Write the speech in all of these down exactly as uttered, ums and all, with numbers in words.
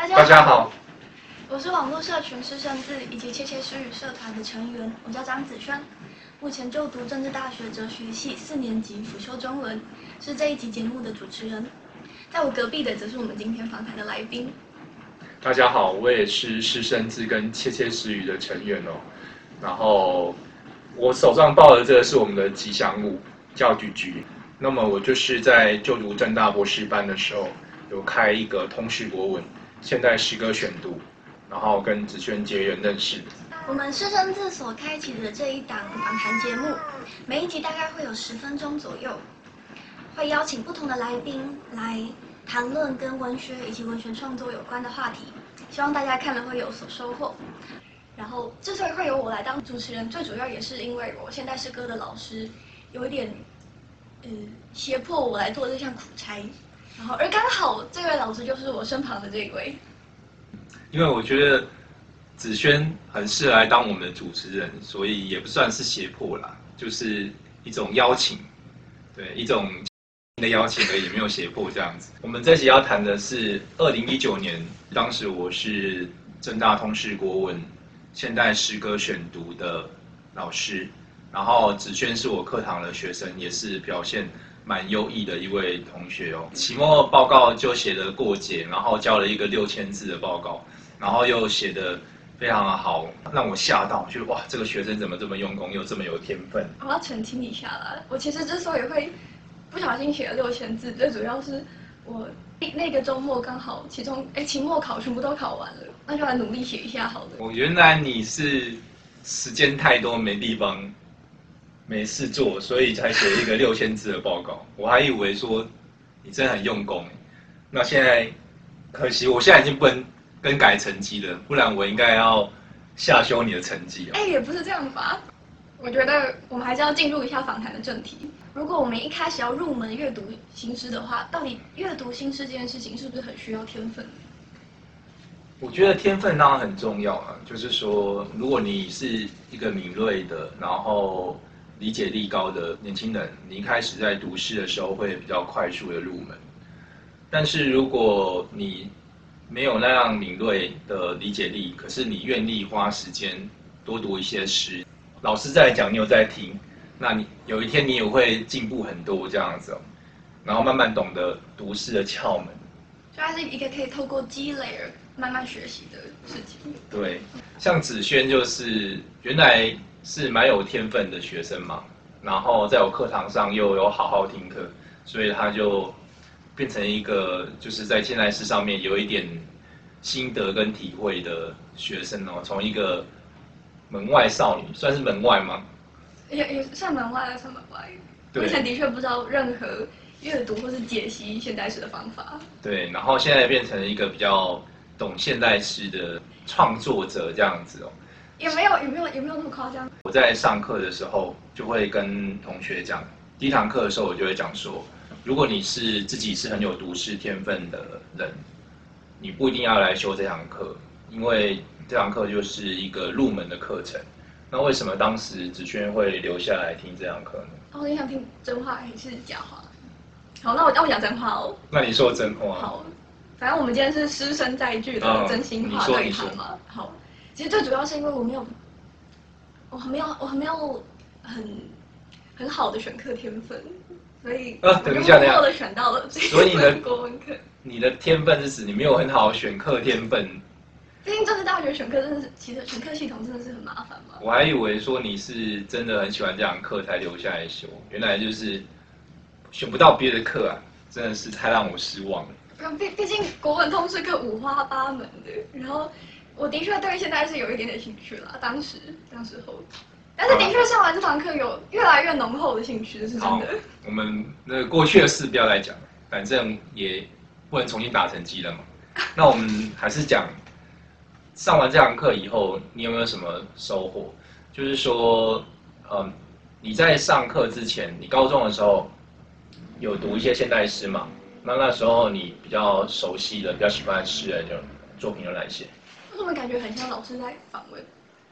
大家好， 大家好， 我是网络社群师生字以及窃窃私语社团的成员，我叫张子轩，目前就读政治大学哲学系四年级辅修中文，是这一集节目的主持人。在我隔壁的则是我们今天访谈的来宾。 大家好，我也是师生字跟窃窃私语的成员哦。然后我手上抱的这个是我们的吉祥物，叫菊菊。那么我就是在就读政大博士班的时候，有开一个通识国文现代诗歌选读，然后跟子轩结缘认识。 我们师生字所开启的这一档访谈节目，每一集大概会有十分钟左右，会邀请不同的来宾来谈论跟文学以及文学创作有关的话题，希望大家看了会有所收获。然后之所以会由我来当主持人，最主要也是因为我现代诗歌的老师有一点，呃，胁迫我来做这项苦差。然后而刚好这位老师就是我身旁的这一位。 因为我觉得子轩很适合来当我们的主持人，所以也不算是胁迫啦，就是一种邀请，对，一种的邀请而已，没有胁迫这样子。我们这集要谈的是二零一九年，当时我是政大通识国文现代诗歌选读的老师，然后子轩是我课堂的学生，也是表现蛮优异的一位同学哦。期末报告就写得过节，然后交了一个六千字的报告，然后又写得非常的好，让我吓到，觉得哇，这个学生怎么这么用功，又这么有天分。 我要澄清一下啦，我其实之所以会不小心写了六千字，最主要是我那个周末刚好期中哎期末考全部都考完了，那就来努力写一下好了。 我原来你是时间太多没地方没事做，所以才写一个六千字的报告。我还以为说你真的很用功，那现在可惜我现在已经不能更改成绩了，不然我应该要下修你的成绩。 哎，也不是这样吧。我觉得我们还是要进入一下访谈的正题。如果我们一开始要入门阅读新诗的话，到底阅读新诗这件事情是不是很需要天分？ 我觉得天分当然很重要啊，就是说，如果你是一个敏锐的，然后理解力高的年轻人，你一开始在读诗的时候会比较快速的入门。但是如果你没有那样敏锐的理解力，可是你愿意花时间多读一些诗，老师在讲，你有在听，那你有一天你也会进步很多这样子哦，然后慢慢懂得读诗的窍门。 所以它是一个可以透过积累而慢慢学习的事情。 对，像子轩就是原来是蛮有天分的学生嘛，然后在我课堂上又有好好听课，所以他就变成一个就是在现代诗上面有一点心得跟体会的学生哦，从一个门外少女，算是门外吗？ 也也算门外了，算门外。我以前的确不知道任何阅读或是解析现代诗的方法。 对，然后现在变成一个比较懂现代诗的创作者这样子哦。 也没有也没有也没有那么夸张。 我在上课的时候就会跟同学讲，第一堂课的时候我就会讲说，如果你是自己是很有读诗天分的人，你不一定要来修这堂课，因为这堂课就是一个入门的课程。那为什么当时子轩会留下来听这堂课呢？ 哦，你想听真话还是假话？好，那我那我讲真话哦。 那你说真话。 好，反正我们今天是师生载具的真心话对谈嘛。好，其实最主要是因为我没有，我很没有，我很没有很很好的选课天分，所以呃，等一下，等一下， 的选到了所以你的国文课， 你的天分是指你没有很好选课天分。 毕竟政治大学选课真的是，其实选课系统真的是很麻烦嘛。 我还以为说你是真的很喜欢这堂课才留下来修，原来就是选不到别的课啊，真的是太让我失望了。 毕毕竟国文通识课五花八门的，然后我的确对现在是有一点点兴趣啦，当时当时候，但是的确上完这堂课有越来越浓厚的兴趣，这是真的。 好，我们那个过去的事不要来讲，反正也不能重新打成绩了嘛。那我们还是讲。上完这堂课以后，你有没有什么收获？就是说，嗯，你在上课之前，你高中的时候有读一些现代诗嘛？那那时候你比较熟悉的、比较喜欢的诗人有作品有哪些？ 为什么感觉很像老师在访问？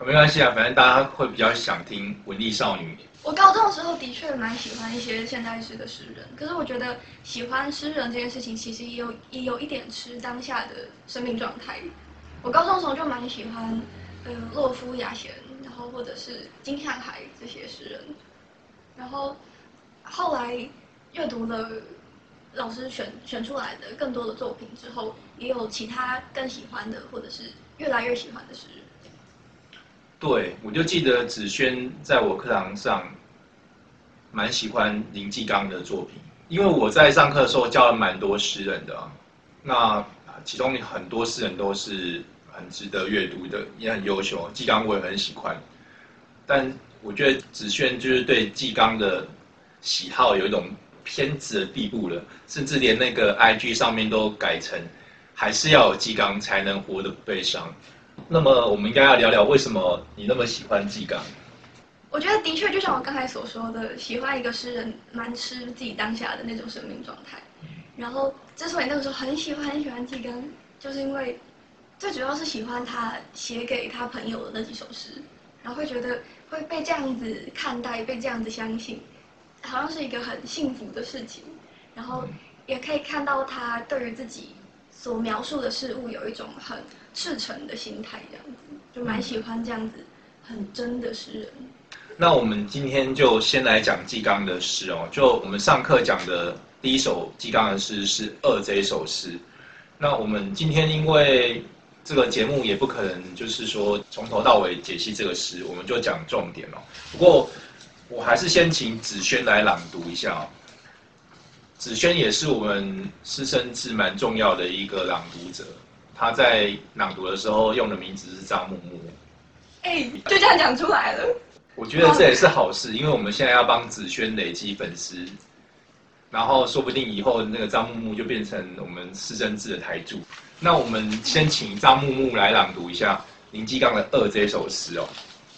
没关系啊，反正大家会比较想听文艺少女。 我高中的时候的确蛮喜欢一些现代诗的诗人，可是我觉得喜欢诗人这件事情，其实也有也有一点吃当下的生命状态。我高中的时候就蛮喜欢，呃，洛夫、雅贤，然后或者是金汉海这些诗人，然后后来阅读了老师选选出来的更多的作品之后，也有其他更喜欢的，或者是越来越喜欢的诗人。 对，我就记得子轩在我课堂上蛮喜欢林继刚的作品，因为我在上课的时候教了蛮多诗人的、啊，那其中很多诗人都是很值得阅读的，也很优秀。继刚我也很喜欢，但我觉得子轩就是对继刚的喜好有一种偏执的地步了，甚至连那个 I G 上面都改成还是要有继刚才能活得不悲伤。那么我们应该要聊聊为什么你那么喜欢继刚？ 我觉得的确就像我刚才所说的，喜欢一个诗人蛮吃自己当下的那种生命状态。然后之所以那个时候很喜欢很喜欢继刚，就是因为最主要是喜欢他写给他朋友的那几首诗，然后会觉得会被这样子看待，被这样子相信，好像是一个很幸福的事情。然后也可以看到他对于自己所描述的事物有一种很赤诚的心态，这样子就蛮喜欢这样子很真的诗人。 那我们今天就先来讲继刚的诗哦。就我们上课讲的第一首继刚的诗是《二》这一首诗。那我们今天因为这个节目也不可能就是说从头到尾解析这个诗，我们就讲重点哦。不过我还是先请子轩来朗读一下哦。子轩也是我们师生制蛮重要的一个朗读者，他在朗读的时候用的名字是张木木。 哎，就这样讲出来了。 我觉得这也是好事，因为我们现在要帮子轩累积粉丝，然后说不定以后那个张木木就变成我们师生制的台柱。那我们先请张木木来朗读一下林继刚的《二》这首诗哦。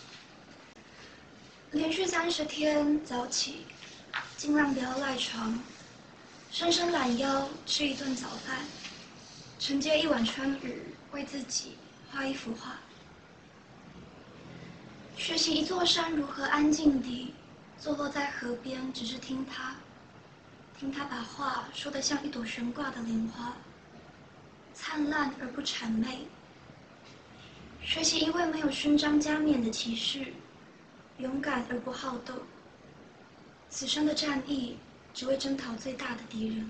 连续三十天早起，尽量不要赖床，伸伸懒腰，吃一顿早饭，承接一碗春雨，为自己画一幅画。学习一座山如何安静地坐落在河边，只是听他，听他把话说得像一朵悬挂的莲花，灿烂而不谄媚。学习一位没有勋章加冕的骑士，勇敢而不好斗，此生的战役只为征讨最大的敌人。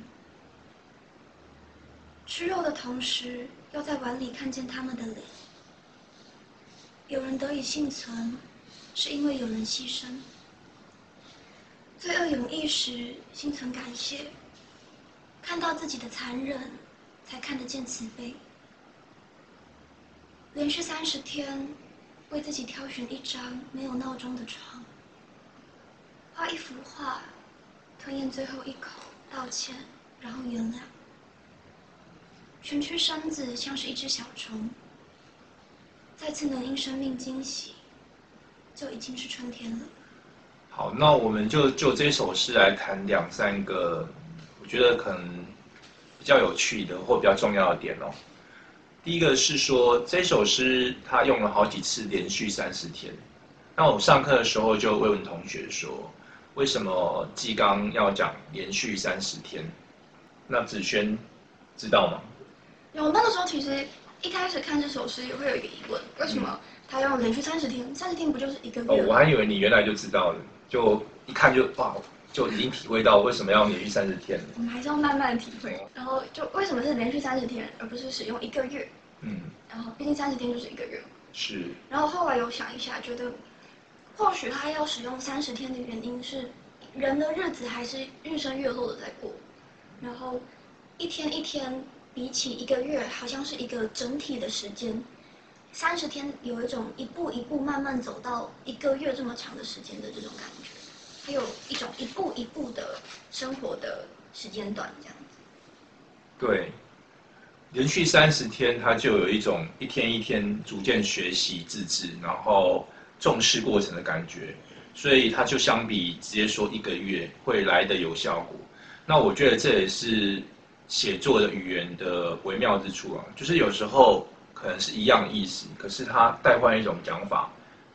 吃肉的同时，要在碗里看见他们的脸。有人得以幸存，是因为有人牺牲。罪恶涌溢时，心存感谢，看到自己的残忍，才看得见慈悲。连续三十天，为自己挑选一张没有闹钟的床，画一幅画，吞咽最后一口，道歉，然后原谅。蜷曲身子，像是一只小虫。再次能因生命惊喜，就已经是春天了。 好，那我们就就这首诗来谈两三个，我觉得可能比较有趣的或比较重要的点哦。第一个是说这首诗他用了好几次连续三十天。那我上课的时候就问同学说，为什么继刚要讲连续三十天？那子轩知道吗？ 有，那个时候其实一开始看这首诗也会有一个疑问，为什么他要连续三十天？三十天不就是一个月？ 哦，我还以为你原来就知道了，就一看就哇，就已经体会到为什么要连续三十天了。 我们还是要慢慢体会。然后就为什么是连续三十天，而不是使用一个月？ 嗯， 然后毕竟三十天就是一个月。 是。 然后后来有想一下，觉得或许他要使用三十天的原因是，人的日子还是日升月落的在过，然后一天一天比起一个月，好像是一个整体的时间。三十天有一种一步一步慢慢走到一个月这么长的时间的这种感觉，还有一种一步一步的生活的时间段这样子。 对，连续三十天，它就有一种一天一天逐渐学习自制，然后重视过程的感觉，所以它就相比直接说一个月会来得有效果。那我觉得这也是写作的语言的微妙之处啊，就是有时候可能是一样的意思，可是它代换一种讲法，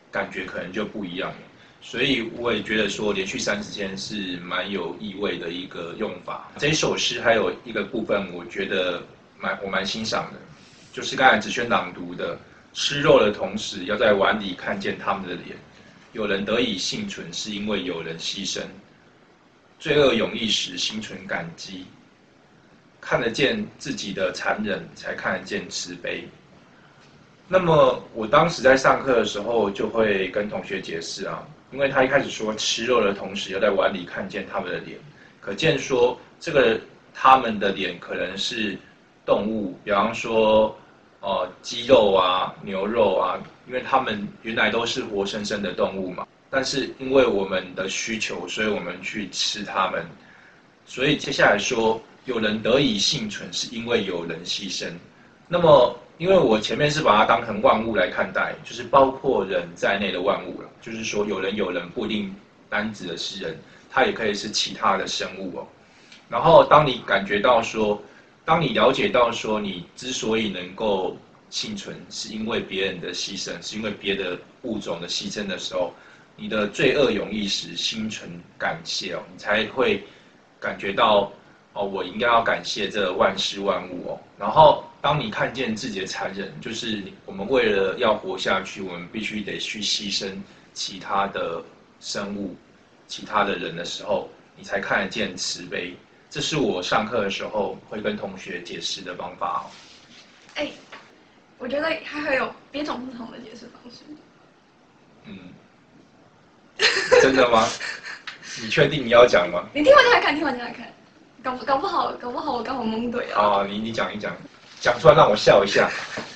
感觉可能就不一样了。所以我也觉得说连续三十天是蛮有意味的一个用法。这首诗还有一个部分，我觉得蛮我蛮欣赏的，就是刚才子轩朗读的，吃肉的同时要在碗里看见他们的脸，有人得以幸存是因为有人牺牲，罪恶永逸时心存感激，看得见自己的残忍，才看得见慈悲。那么我当时在上课的时候就会跟同学解释啊。因为他一开始说吃肉的同时要在碗里看见他们的脸，可见说这个他们的脸可能是动物，比方说呃鸡肉啊、牛肉啊，因为他们原来都是活生生的动物嘛。但是因为我们的需求，所以我们去吃它们。所以接下来说，有人得以幸存，是因为有人牺牲。那么因为我前面是把它当成万物来看待，就是包括人在内的万物了。就是说，有人有人不一定单指的是人，它也可以是其他的生物哦。然后，当你感觉到说，当你了解到说，你之所以能够幸存，是因为别人的牺牲，是因为别的物种的牺牲的时候，你的罪恶永逸时，心存感谢哦，你才会感觉到哦，我应该要感谢这万事万物哦。然后，当你看见自己的残忍，就是我们为了要活下去，我们必须得去牺牲其他的生物、其他的人的时候，你才看得见慈悲。这是我上课的时候会跟同学解释的方法哦。 哎，我觉得还会有别种不同的解释方式。 嗯，真的吗？你确定你要讲吗？ 你听完再来看，听完再来看，搞不搞不好，搞不好我刚好蒙对啊。 啊，你你讲一讲，讲出来让我笑一下。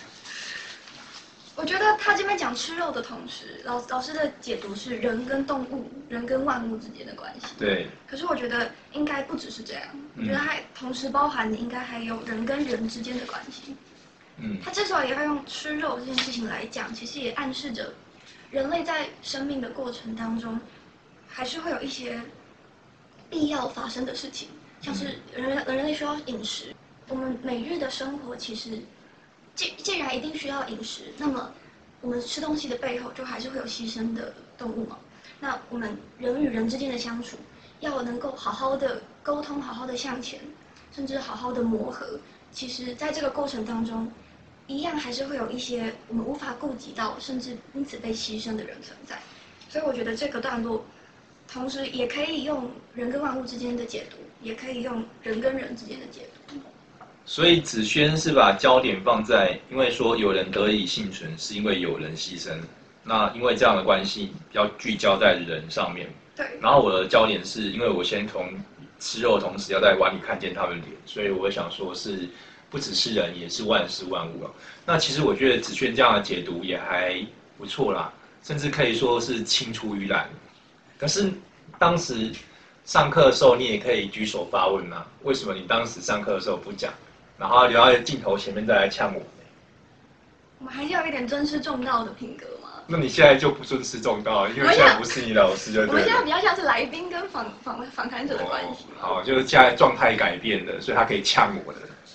我觉得他这边讲吃肉的同时，老老师的解读是人跟动物、人跟万物之间的关系。 对。 可是我觉得应该不只是这样， 嗯、 我觉得还同时包含的应该还有人跟人之间的关系。 嗯。 他之所以会用吃肉这件事情来讲，其实也暗示着人类在生命的过程当中，还是会有一些必要发生的事情，像是人人类需要饮食，我们每日的生活其实。既既然一定需要饮食，那么我们吃东西的背后就还是会有牺牲的动物嘛。那我们人与人之间的相处，要能够好好的沟通，好好的向前，甚至好好的磨合。其实，在这个过程当中，一样还是会有一些我们无法顾及到，甚至因此被牺牲的人存在。所以，我觉得这个段落，同时也可以用人跟万物之间的解读，也可以用人跟人之间的解读。 所以子轩是把焦点放在，因为说有人得以幸存，是因为有人牺牲。那因为这样的关系，比较聚焦在人上面。 对。 然后我的焦点是因为我先从吃肉的同时要在碗里看见他们脸，所以我会想说是不只是人，也是万事万物了。那其实我觉得子轩这样的解读也还不错啦，甚至可以说是青出于蓝。可是当时上课的时候，你也可以举手发问啊，为什么你当时上课的时候不讲？然后留在镜头前面再来呛我。 我们还是要有一点尊师重道的品格嘛。 那你现在就不尊师重道，因为现在不是你老师就对了。 我们现在比较像是来宾跟访访访谈者的关系、 哦。好，就是现在状态改变了，所以他可以呛我的。